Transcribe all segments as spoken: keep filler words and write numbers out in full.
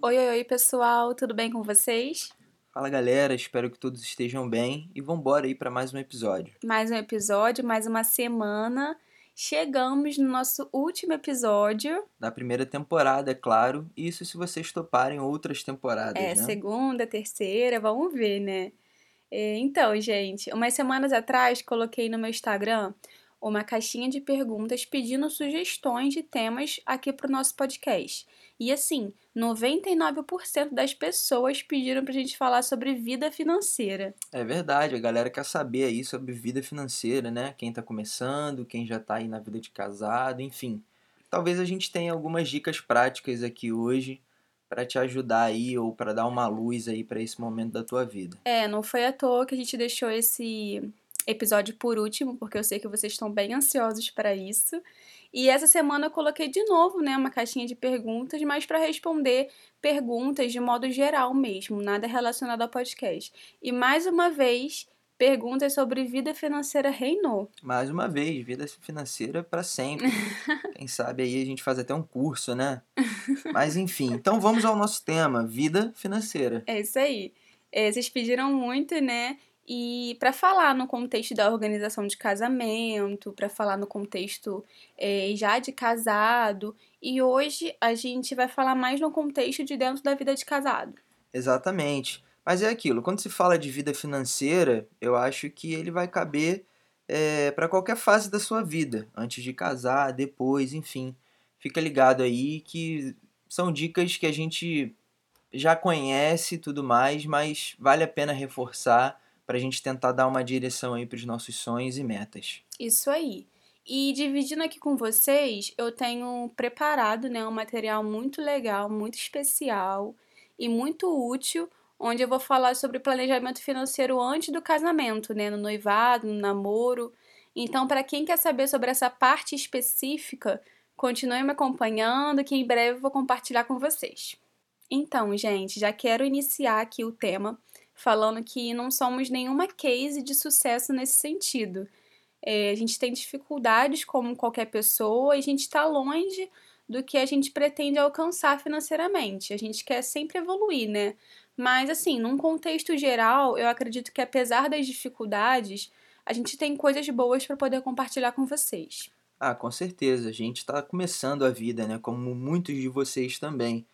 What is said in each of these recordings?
Oi, oi, oi, pessoal, tudo bem com vocês? Fala galera, espero que todos estejam bem e vambora aí para mais um episódio. Mais um episódio, mais uma semana. Chegamos no nosso último episódio. Da primeira temporada, é claro, e isso se vocês toparem outras temporadas, É, né? segunda, terceira, vamos ver, né? É, então, gente, umas semanas atrás coloquei no meu Instagram uma caixinha de perguntas pedindo sugestões de temas aqui para o nosso podcast. E assim, noventa e nove por cento das pessoas pediram pra gente falar sobre vida financeira. É verdade, a galera quer saber aí sobre vida financeira, né? Quem tá começando, quem já tá aí na vida de casado, enfim. Talvez a gente tenha algumas dicas práticas aqui hoje para te ajudar aí ou para dar uma luz aí para esse momento da tua vida. É, não foi à toa que a gente deixou esse episódio por último, porque eu sei que vocês estão bem ansiosos para isso. E essa semana eu coloquei de novo, né, uma caixinha de perguntas, mas para responder perguntas de modo geral mesmo, nada relacionado ao podcast. E mais uma vez, perguntas sobre vida financeira reinou. Mais uma vez, vida financeira para sempre. Quem sabe aí a gente faz até um curso, né? Mas enfim, então vamos ao nosso tema, vida financeira. É isso aí. É, vocês pediram muito, né? E para falar no contexto da organização de casamento, para falar no contexto é, já de casado, e hoje a gente vai falar mais no contexto de dentro da vida de casado. Exatamente. Mas é aquilo, quando se fala de vida financeira, eu acho que ele vai caber para qualquer fase da sua vida, antes de casar, depois, enfim. Fica ligado aí que são dicas que a gente já conhece e tudo mais, mas vale a pena reforçar para a gente tentar dar uma direção aí para os nossos sonhos e metas. Isso aí. E dividindo aqui com vocês, eu tenho preparado, né, um material muito legal, muito especial e muito útil, onde eu vou falar sobre planejamento financeiro antes do casamento, né, no noivado, no namoro. Então, para quem quer saber sobre essa parte específica, continue me acompanhando, que em breve eu vou compartilhar com vocês. Então, gente, já quero iniciar aqui o tema falando que não somos nenhuma case de sucesso nesse sentido. É, a gente tem dificuldades como qualquer pessoa e a gente está longe do que a gente pretende alcançar financeiramente. A gente quer sempre evoluir, né? Mas, assim, num contexto geral, eu acredito que apesar das dificuldades, a gente tem coisas boas para poder compartilhar com vocês. Ah, com certeza, a gente está começando a vida, né? Como muitos de vocês também.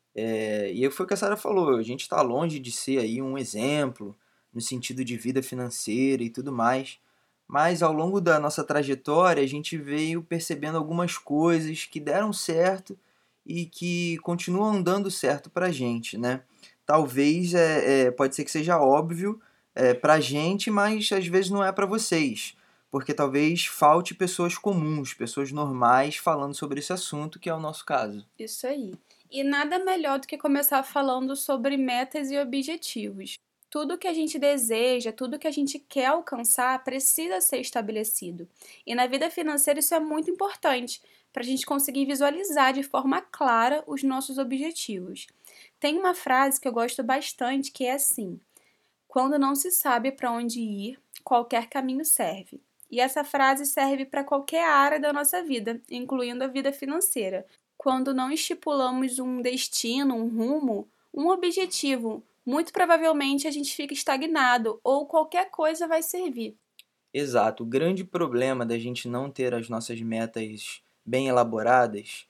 É, e foi o que a Sara falou, a gente está longe de ser aí um exemplo no sentido de vida financeira e tudo mais, mas ao longo da nossa trajetória a gente veio percebendo algumas coisas que deram certo e que continuam dando certo para a gente, né? Talvez é, é, pode ser que seja óbvio é, para a gente, mas às vezes não é para vocês, porque talvez falte pessoas comuns, pessoas normais falando sobre esse assunto, que é o nosso caso. Isso aí. E nada melhor do que começar falando sobre metas e objetivos. Tudo que a gente deseja, tudo que a gente quer alcançar precisa ser estabelecido. E na vida financeira isso é muito importante para a gente conseguir visualizar de forma clara os nossos objetivos. Tem uma frase que eu gosto bastante que é assim: quando não se sabe para onde ir, qualquer caminho serve. E essa frase serve para qualquer área da nossa vida, incluindo a vida financeira. Quando não estipulamos um destino, um rumo, um objetivo, muito provavelmente a gente fica estagnado ou qualquer coisa vai servir. Exato. O grande problema da gente não ter as nossas metas bem elaboradas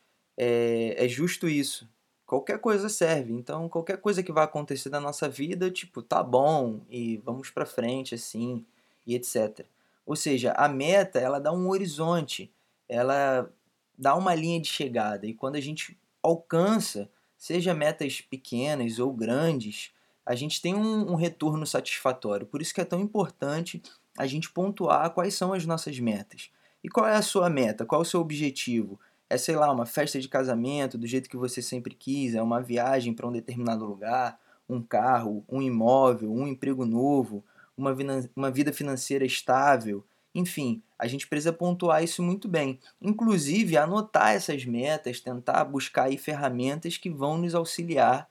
é, é justo isso. Qualquer coisa serve. Então, qualquer coisa que vai acontecer na nossa vida, tipo, tá bom e vamos pra frente assim e etcétera. Ou seja, a meta, ela dá um horizonte, ela dá uma linha de chegada. E quando a gente alcança, seja metas pequenas ou grandes, a gente tem um, um retorno satisfatório. Por isso que é tão importante a gente pontuar quais são as nossas metas. E qual é a sua meta? Qual é o seu objetivo? É, sei lá, uma festa de casamento do jeito que você sempre quis, é uma viagem para um determinado lugar, um carro, um imóvel, um emprego novo, uma, vina- uma vida financeira estável. Enfim, a gente precisa pontuar isso muito bem. Inclusive, anotar essas metas, tentar buscar aí ferramentas que vão nos auxiliar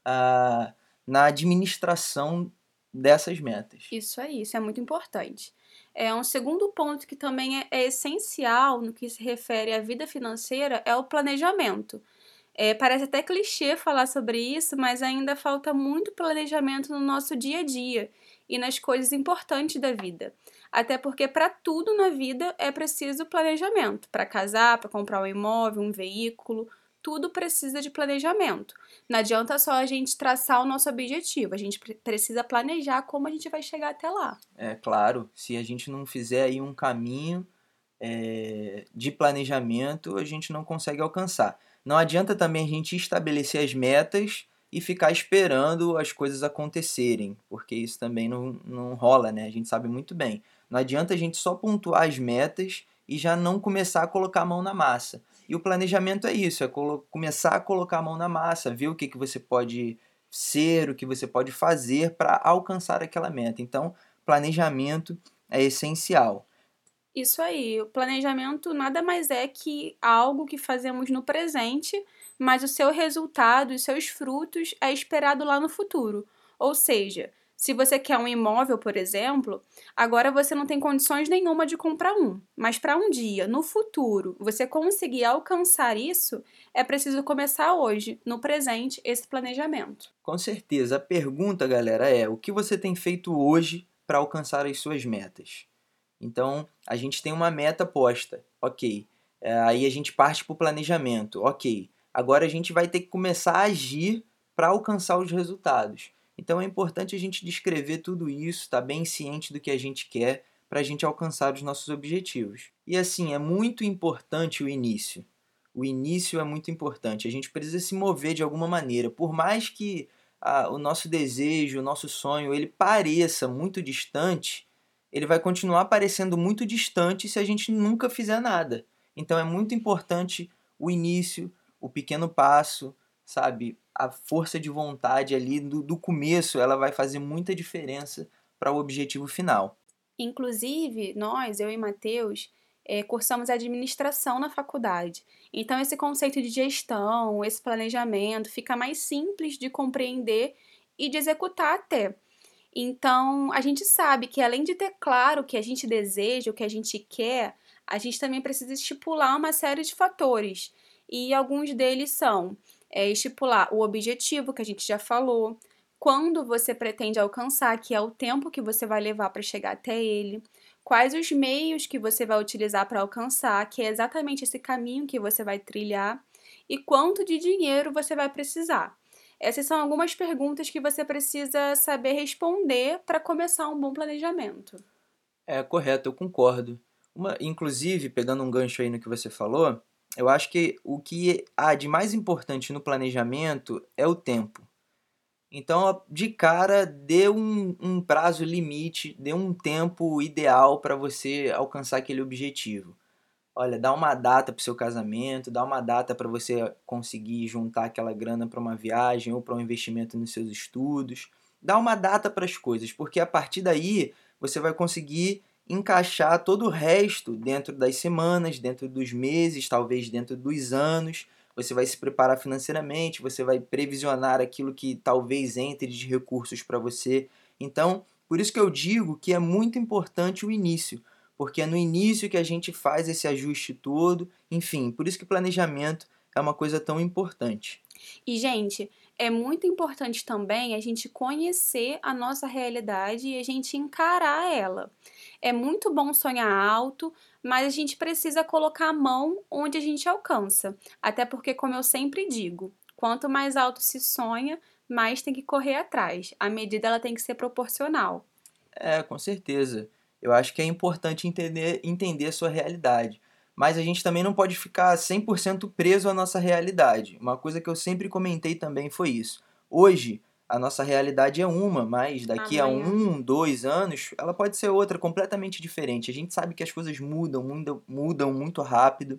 ah, na administração dessas metas. Isso aí, isso é muito importante. É um segundo ponto que também é, é essencial no que se refere à vida financeira é o planejamento. É, parece até clichê falar sobre isso, mas ainda falta muito planejamento no nosso dia a dia e nas coisas importantes da vida. Até porque para tudo na vida é preciso planejamento. Para casar, para comprar um imóvel, um veículo, tudo precisa de planejamento. Não adianta só a gente traçar o nosso objetivo, a gente pre- precisa planejar como a gente vai chegar até lá. É claro, se a gente não fizer aí um caminho é, de planejamento, a gente não consegue alcançar. Não adianta também a gente estabelecer as metas e ficar esperando as coisas acontecerem, porque isso também não, não rola, né? A gente sabe muito bem. Não adianta a gente só pontuar as metas e já não começar a colocar a mão na massa. E o planejamento é isso, é começar a colocar a mão na massa, ver o que, que você pode ser, o que você pode fazer para alcançar aquela meta. Então, planejamento é essencial. Isso aí, o planejamento nada mais é que algo que fazemos no presente, mas o seu resultado e seus frutos é esperado lá no futuro. Ou seja, se você quer um imóvel, por exemplo, agora você não tem condições nenhuma de comprar um, mas para um dia, no futuro, você conseguir alcançar isso, é preciso começar hoje, no presente, esse planejamento. Com certeza. A pergunta, galera, é: o que você tem feito hoje para alcançar as suas metas? Então, a gente tem uma meta posta, ok. É, aí a gente parte para o planejamento, ok. Agora a gente vai ter que começar a agir para alcançar os resultados. Então é importante a gente descrever tudo isso, estar tá bem ciente do que a gente quer para a gente alcançar os nossos objetivos. E assim, é muito importante o início. O início é muito importante. A gente precisa se mover de alguma maneira. Por mais que ah, o nosso desejo, o nosso sonho, ele pareça muito distante, ele vai continuar parecendo muito distante se a gente nunca fizer nada. Então é muito importante o início, o pequeno passo, sabe? A força de vontade ali do, do começo, ela vai fazer muita diferença para o objetivo final. Inclusive, nós, eu e Matheus, eh, cursamos administração na faculdade. Então, esse conceito de gestão, esse planejamento, fica mais simples de compreender e de executar até. Então, a gente sabe que além de ter claro o que a gente deseja, o que a gente quer, a gente também precisa estipular uma série de fatores. E alguns deles são é, estipular o objetivo, que a gente já falou, quando você pretende alcançar, que é o tempo que você vai levar para chegar até ele, quais os meios que você vai utilizar para alcançar, que é exatamente esse caminho que você vai trilhar, e quanto de dinheiro você vai precisar. Essas são algumas perguntas que você precisa saber responder para começar um bom planejamento. É correto, eu concordo. Uma, inclusive, pegando um gancho aí no que você falou, eu acho que o que há de mais importante no planejamento é o tempo. Então, de cara, dê um, um prazo limite, dê um tempo ideal para você alcançar aquele objetivo. Olha, dá uma data para o seu casamento, dá uma data para você conseguir juntar aquela grana para uma viagem ou para um investimento nos seus estudos. Dá uma data para as coisas, porque a partir daí você vai conseguir encaixar todo o resto dentro das semanas, dentro dos meses, talvez dentro dos anos. Você vai se preparar financeiramente, você vai previsionar aquilo que talvez entre de recursos para você. Então, por isso que eu digo que é muito importante o início, porque é no início que a gente faz esse ajuste todo. Enfim, por isso que planejamento é uma coisa tão importante. E, gente, é muito importante também a gente conhecer a nossa realidade e a gente encarar ela. É muito bom sonhar alto, mas a gente precisa colocar a mão onde a gente alcança. Até porque, como eu sempre digo, quanto mais alto se sonha, mais tem que correr atrás. A medida ela tem que ser proporcional. É, com certeza. Eu acho que é importante entender, entender a sua realidade. Mas a gente também não pode ficar cem por cento preso à nossa realidade. Uma coisa que eu sempre comentei também foi isso. Hoje, a nossa realidade é uma, mas daqui a Amanhã. um, dois anos, ela pode ser outra, completamente diferente. A gente sabe que as coisas mudam, mudam, mudam muito rápido.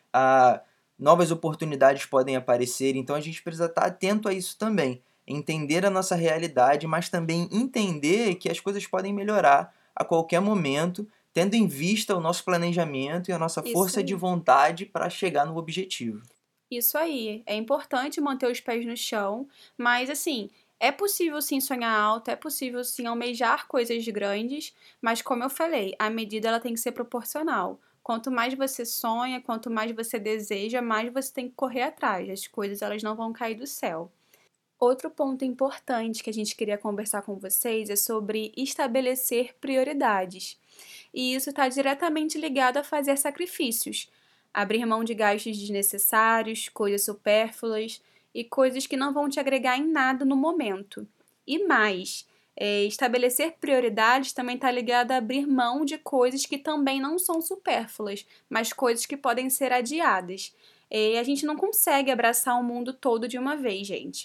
Ah, novas oportunidades podem aparecer, então a gente precisa estar atento a isso também. Entender a nossa realidade, mas também entender que as coisas podem melhorar a qualquer momento, tendo em vista o nosso planejamento e a nossa Isso força de aí. vontade para chegar no objetivo. Isso aí. É importante manter os pés no chão, mas assim, é possível sim sonhar alto, é possível sim almejar coisas grandes, mas como eu falei, a medida ela tem que ser proporcional. Quanto mais você sonha, quanto mais você deseja, mais você tem que correr atrás. As coisas, elas não vão cair do céu. Outro ponto importante que a gente queria conversar com vocês é sobre estabelecer prioridades. E isso está diretamente ligado a fazer sacrifícios, abrir mão de gastos desnecessários, coisas supérfluas e coisas que não vão te agregar em nada no momento. E mais, é, estabelecer prioridades também está ligado a abrir mão de coisas que também não são supérfluas, mas coisas que podem ser adiadas. E a gente não consegue abraçar o mundo todo de uma vez, gente.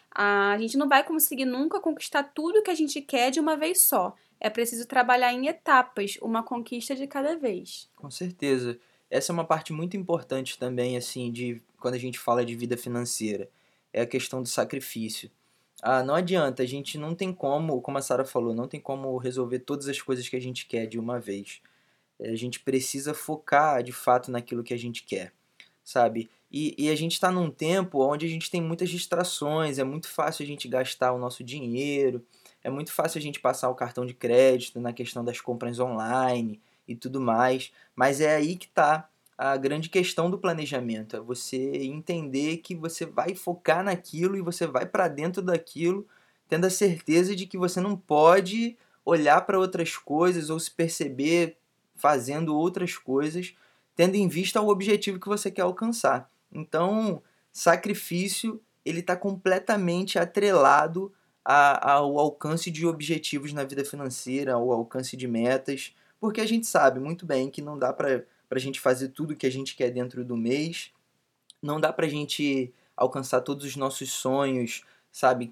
A gente não vai conseguir nunca conquistar tudo que a gente quer de uma vez só. É preciso trabalhar em etapas, uma conquista de cada vez. Com certeza. Essa é uma parte muito importante também, assim, de quando a gente fala de vida financeira. É a questão do sacrifício. Ah, não adianta, a gente não tem como, como a Sara falou, não tem como resolver todas as coisas que a gente quer de uma vez. É, a gente precisa focar de fato naquilo que a gente quer, sabe? E, e a gente está num tempo onde a gente tem muitas distrações, é muito fácil a gente gastar o nosso dinheiro, é muito fácil a gente passar o cartão de crédito na questão das compras online e tudo mais, mas é aí que está a grande questão do planejamento, é você entender que você vai focar naquilo e você vai para dentro daquilo, tendo a certeza de que você não pode olhar para outras coisas ou se perceber fazendo outras coisas, tendo em vista o objetivo que você quer alcançar. Então, sacrifício ele está completamente atrelado a, ao alcance de objetivos na vida financeira, ao alcance de metas, porque a gente sabe muito bem que não dá para a gente fazer tudo o que a gente quer dentro do mês, não dá para a gente alcançar todos os nossos sonhos, sabe,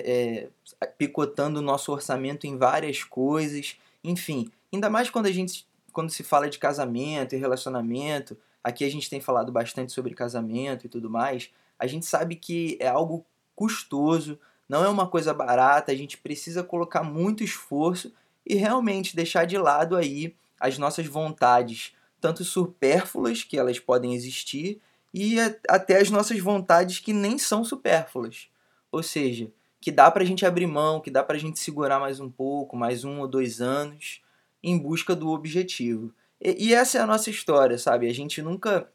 é, é, picotando o nosso orçamento em várias coisas, enfim, ainda mais quando a gente quando se fala de casamento e relacionamento, aqui a gente tem falado bastante sobre casamento e tudo mais, a gente sabe que é algo custoso, não é uma coisa barata, a gente precisa colocar muito esforço e realmente deixar de lado aí as nossas vontades, tanto supérfluas, que elas podem existir, e até as nossas vontades que nem são supérfluas. Ou seja, que dá pra gente abrir mão, que dá pra gente segurar mais um pouco, mais um ou dois anos, em busca do objetivo. E, e essa é a nossa história, sabe? A gente nunca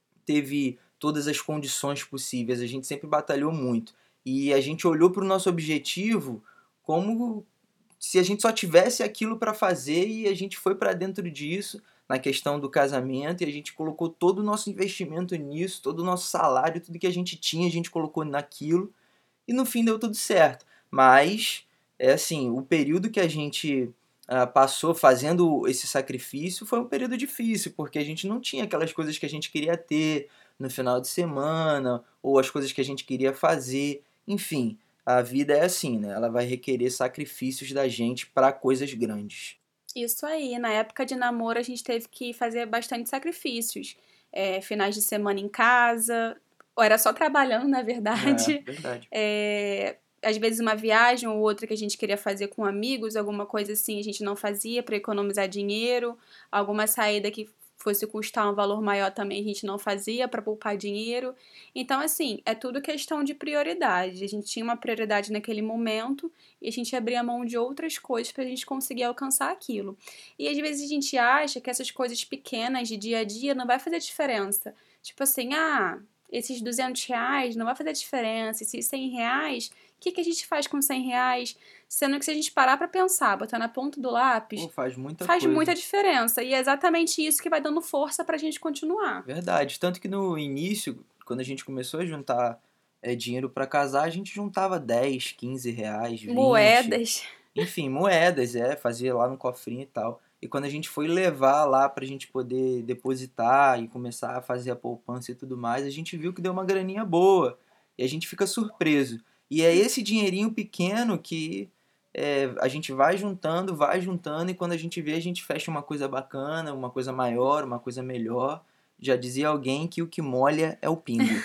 teve todas as condições possíveis, a gente sempre batalhou muito. E a gente olhou para o nosso objetivo como se a gente só tivesse aquilo para fazer e a gente foi para dentro disso, na questão do casamento, e a gente colocou todo o nosso investimento nisso, todo o nosso salário, tudo que a gente tinha, a gente colocou naquilo, e no fim deu tudo certo. Mas, é assim, o período que a gente ah, passou fazendo esse sacrifício foi um período difícil, porque a gente não tinha aquelas coisas que a gente queria ter no final de semana, ou as coisas que a gente queria fazer. Enfim, a vida é assim, né? Ela vai requerer sacrifícios da gente para coisas grandes. Isso aí, na época de namoro a gente teve que fazer bastante sacrifícios. É, finais de semana em casa, ou era só trabalhando, na É, verdade. verdade. É, às vezes uma viagem ou outra que a gente queria fazer com amigos, alguma coisa assim a gente não fazia para economizar dinheiro, alguma saída que fosse custar um valor maior também a gente não fazia para poupar dinheiro. Então, assim, é tudo questão de prioridade. A gente tinha uma prioridade naquele momento e a gente abria mão de outras coisas para a gente conseguir alcançar aquilo. E às vezes a gente acha que essas coisas pequenas de dia a dia não vai fazer diferença. Tipo assim, ah, esses duzentos reais não vai fazer diferença, esses cem reais, o que, que a gente faz com cem reais? Sendo que se a gente parar pra pensar, botar na ponta do lápis, Pô, faz muita faz muita coisa. diferença. E é exatamente isso que vai dando força pra gente continuar. Verdade. Tanto que no início, quando a gente começou a juntar é, dinheiro para casar, a gente juntava dez, quinze reais, vinte. Moedas. Enfim, moedas, é, fazia lá no cofrinho e tal. E quando a gente foi levar lá pra gente poder depositar e começar a fazer a poupança e tudo mais, a gente viu que deu uma graninha boa. E a gente fica surpreso. E é esse dinheirinho pequeno que é, a gente vai juntando, vai juntando, e quando a gente vê, a gente fecha uma coisa bacana, uma coisa maior, uma coisa melhor. Já dizia alguém que o que molha é o pingo.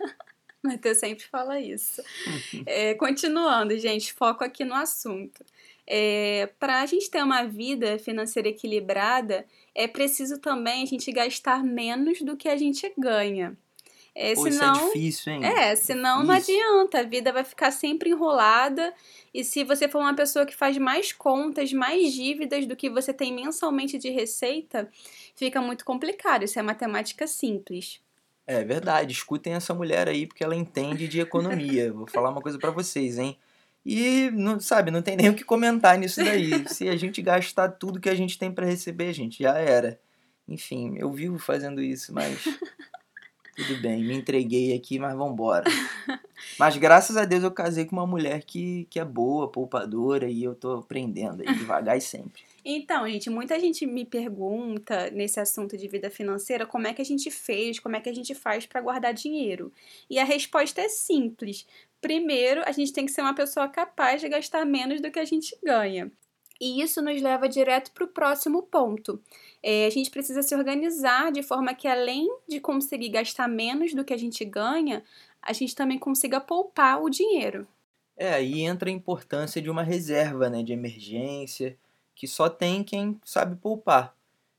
Matheus sempre fala isso. É, continuando, gente, foco aqui no assunto. É, para a gente ter uma vida financeira equilibrada, é preciso também a gente gastar menos do que a gente ganha. É, Pô, isso é senão, difícil, hein? é, senão não Difícil. adianta, a vida vai ficar sempre enrolada. E se você for uma pessoa que faz mais contas, mais dívidas do que você tem mensalmente de receita, fica muito complicado, isso é matemática simples. É verdade, escutem essa mulher aí porque ela entende de economia. Vou falar uma coisa pra vocês, hein? E não, sabe, não tem nem o que comentar nisso daí. Se a gente gastar tudo que a gente tem pra receber, gente, já era. Enfim, eu vivo fazendo isso, mas tudo bem, me entreguei aqui, mas vambora. Mas graças a Deus eu casei com uma mulher que, que é boa, poupadora, e eu tô aprendendo aí, devagar e sempre. Então, gente, muita gente me pergunta nesse assunto de vida financeira como é que a gente fez, como é que a gente faz para guardar dinheiro. E a resposta é simples. Primeiro, a gente tem que ser uma pessoa capaz de gastar menos do que a gente ganha. E isso nos leva direto para o próximo ponto. É, a gente precisa se organizar de forma que, além de conseguir gastar menos do que a gente ganha, a gente também consiga poupar o dinheiro. É, aí entra a importância de uma reserva, né, de emergência, que só tem quem sabe poupar.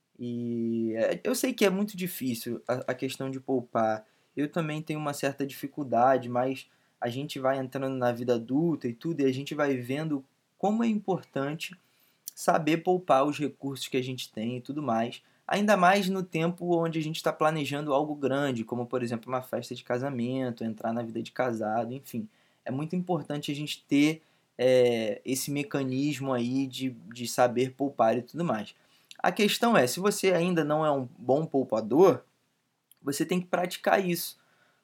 E é, eu sei que é muito difícil a, a questão de poupar. Eu também tenho uma certa dificuldade, mas a gente vai entrando na vida adulta e tudo, e a gente vai vendo como é importante saber poupar os recursos que a gente tem e tudo mais. Ainda mais no tempo onde a gente está planejando algo grande, como por exemplo uma festa de casamento, entrar na vida de casado, enfim. É muito importante a gente ter é, esse mecanismo aí de, de saber poupar e tudo mais. A questão é, se você ainda não é um bom poupador, você tem que praticar isso,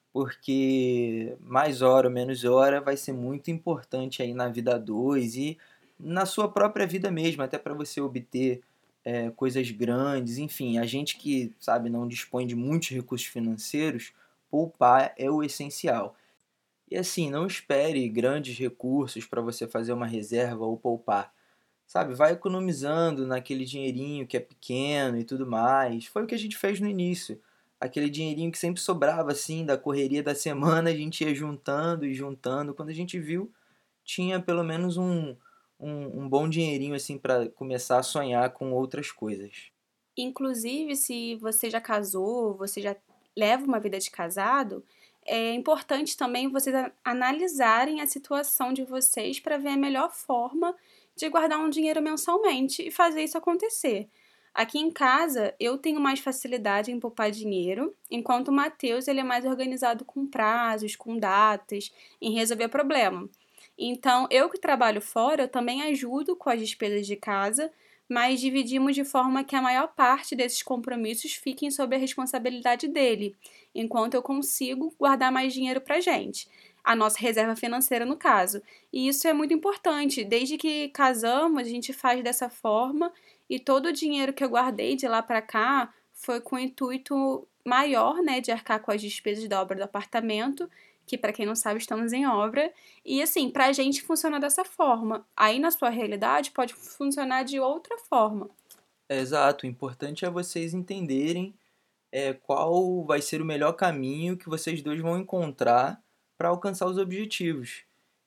porque mais hora ou menos hora vai ser muito importante aí na vida a dois e na sua própria vida mesmo, até para você obter é, coisas grandes, enfim, a gente que, sabe, não dispõe de muitos recursos financeiros, poupar é o essencial. E assim, não espere grandes recursos para você fazer uma reserva ou poupar. Sabe, vai economizando naquele dinheirinho que é pequeno e tudo mais. Foi o que a gente fez no início. Aquele dinheirinho que sempre sobrava assim da correria da semana, a gente ia juntando e juntando. Quando a gente viu, tinha pelo menos um, um, um bom dinheirinho assim para começar a sonhar com outras coisas. Inclusive, se você já casou, você já leva uma vida de casado, é importante também vocês a- analisarem a situação de vocês para ver a melhor forma de guardar um dinheiro mensalmente e fazer isso acontecer. Aqui em casa, eu tenho mais facilidade em poupar dinheiro, enquanto o Matheus ele é mais organizado com prazos, com datas, em resolver problema. Então, eu que trabalho fora, eu também ajudo com as despesas de casa, mas dividimos de forma que a maior parte desses compromissos fiquem sob a responsabilidade dele, enquanto eu consigo guardar mais dinheiro para gente. A nossa reserva financeira, no caso. E isso é muito importante. Desde que casamos, a gente faz dessa forma e todo o dinheiro que eu guardei de lá para cá foi com o intuito maior, né, de arcar com as despesas da obra do apartamento, que para quem não sabe, estamos em obra, e assim, pra gente funciona dessa forma. Aí na sua realidade pode funcionar de outra forma. É, exato, o importante é vocês entenderem é, qual vai ser o melhor caminho que vocês dois vão encontrar para alcançar os objetivos.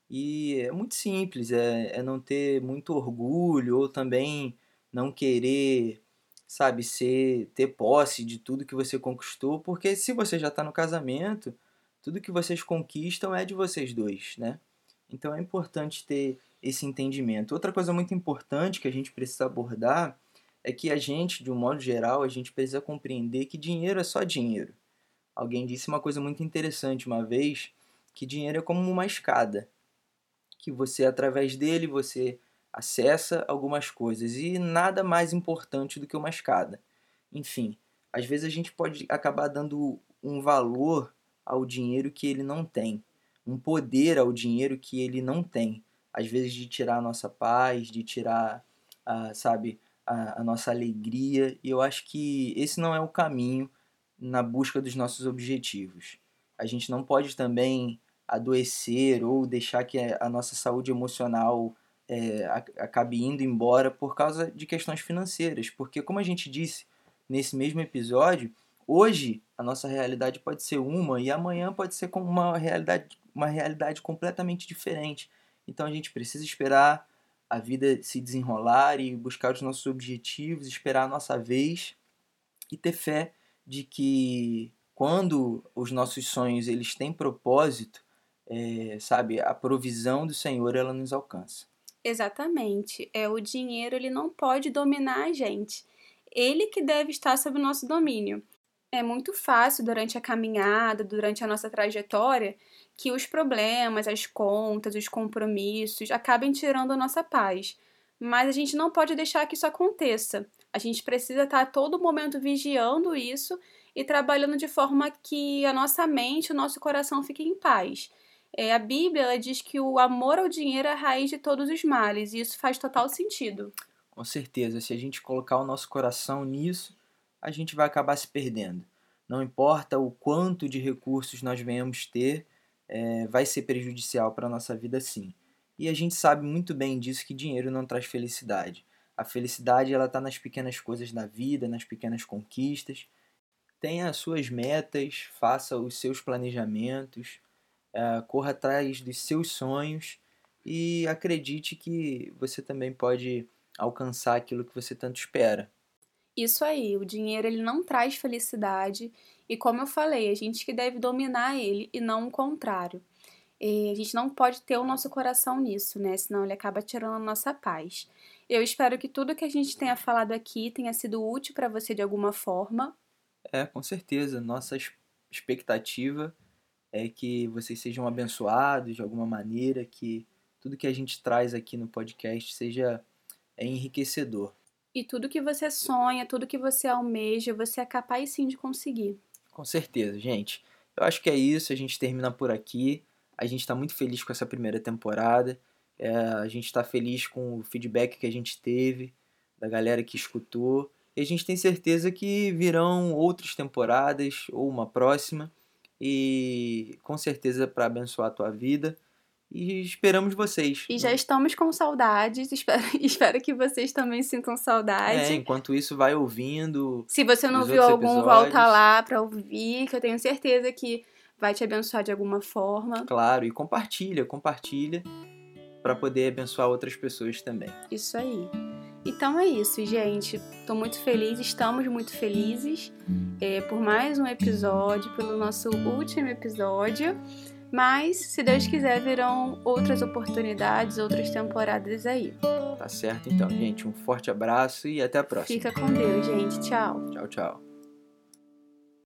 E é muito simples, é, é não ter muito orgulho ou também não querer, sabe, ser, ter posse de tudo que você conquistou, porque se você já está no casamento, tudo que vocês conquistam é de vocês dois, né? Então é importante ter esse entendimento. Outra coisa muito importante que a gente precisa abordar é que a gente, de um modo geral, a gente precisa compreender que dinheiro é só dinheiro. Alguém disse uma coisa muito interessante uma vez, que dinheiro é como uma escada que você, através dele, você acessa algumas coisas e nada mais importante do que uma escada. Enfim, às vezes a gente pode acabar dando um valor ao dinheiro que ele não tem, um poder ao dinheiro que ele não tem. Às vezes de tirar a nossa paz, de tirar, a, sabe, a, a nossa alegria. E eu acho que esse não é o caminho na busca dos nossos objetivos. A gente não pode também adoecer ou deixar que a nossa saúde emocional é, acabe indo embora por causa de questões financeiras. Porque, como a gente disse nesse mesmo episódio, hoje a nossa realidade pode ser uma e amanhã pode ser como uma realidade, uma realidade completamente diferente. Então a gente precisa esperar a vida se desenrolar e buscar os nossos objetivos, esperar a nossa vez e ter fé de que quando os nossos sonhos eles têm propósito, é, sabe, a provisão do Senhor ela nos alcança. Exatamente. É, o dinheiro ele não pode dominar a gente. Ele que deve estar sob o nosso domínio. É muito fácil durante a caminhada, durante a nossa trajetória, que os problemas, as contas, os compromissos acabem tirando a nossa paz. Mas a gente não pode deixar que isso aconteça. A gente precisa estar a todo momento vigiando isso e trabalhando de forma que a nossa mente, o nosso coração fiquem em paz. É, a Bíblia ela diz que o amor ao dinheiro é a raiz de todos os males, e isso faz total sentido. Com certeza, se a gente colocar o nosso coração nisso, a gente vai acabar se perdendo. Não importa o quanto de recursos nós venhamos ter, é, vai ser prejudicial para a nossa vida sim. E a gente sabe muito bem disso que dinheiro não traz felicidade. A felicidade ela está nas pequenas coisas da vida, nas pequenas conquistas. Tenha as suas metas, faça os seus planejamentos, uh, corra atrás dos seus sonhos e acredite que você também pode alcançar aquilo que você tanto espera. Isso aí, o dinheiro ele não traz felicidade e como eu falei, a gente que deve dominar ele e não o contrário. E a gente não pode ter o nosso coração nisso, né? Senão ele acaba tirando a nossa paz. Eu espero que tudo que a gente tenha falado aqui tenha sido útil para você de alguma forma. É, com certeza. Nossa expectativa é que vocês sejam abençoados de alguma maneira, que tudo que a gente traz aqui no podcast seja enriquecedor. E tudo que você sonha, tudo que você almeja, você é capaz sim de conseguir. Com certeza, gente. Eu acho que é isso, a gente termina por aqui. A gente está muito feliz com essa primeira temporada. É, a gente está feliz com o feedback que a gente teve, da galera que escutou. E a gente tem certeza que virão outras temporadas ou uma próxima. E com certeza para abençoar a tua vida. E esperamos vocês. E já estamos com saudades, espero, espero que vocês também sintam saudade. É, enquanto isso, vai ouvindo. Se você não os viu outros algum, episódios. volta lá pra ouvir, que eu tenho certeza que vai te abençoar de alguma forma. Claro, e compartilha, compartilha para poder abençoar outras pessoas também. Isso aí. Então é isso, gente. Tô muito feliz, estamos muito felizes é, por mais um episódio, pelo nosso último episódio. Mas, se Deus quiser, virão outras oportunidades, outras temporadas aí. Tá certo então, gente. Um forte abraço e até a próxima. Fica com Deus, gente. Tchau. Tchau, tchau.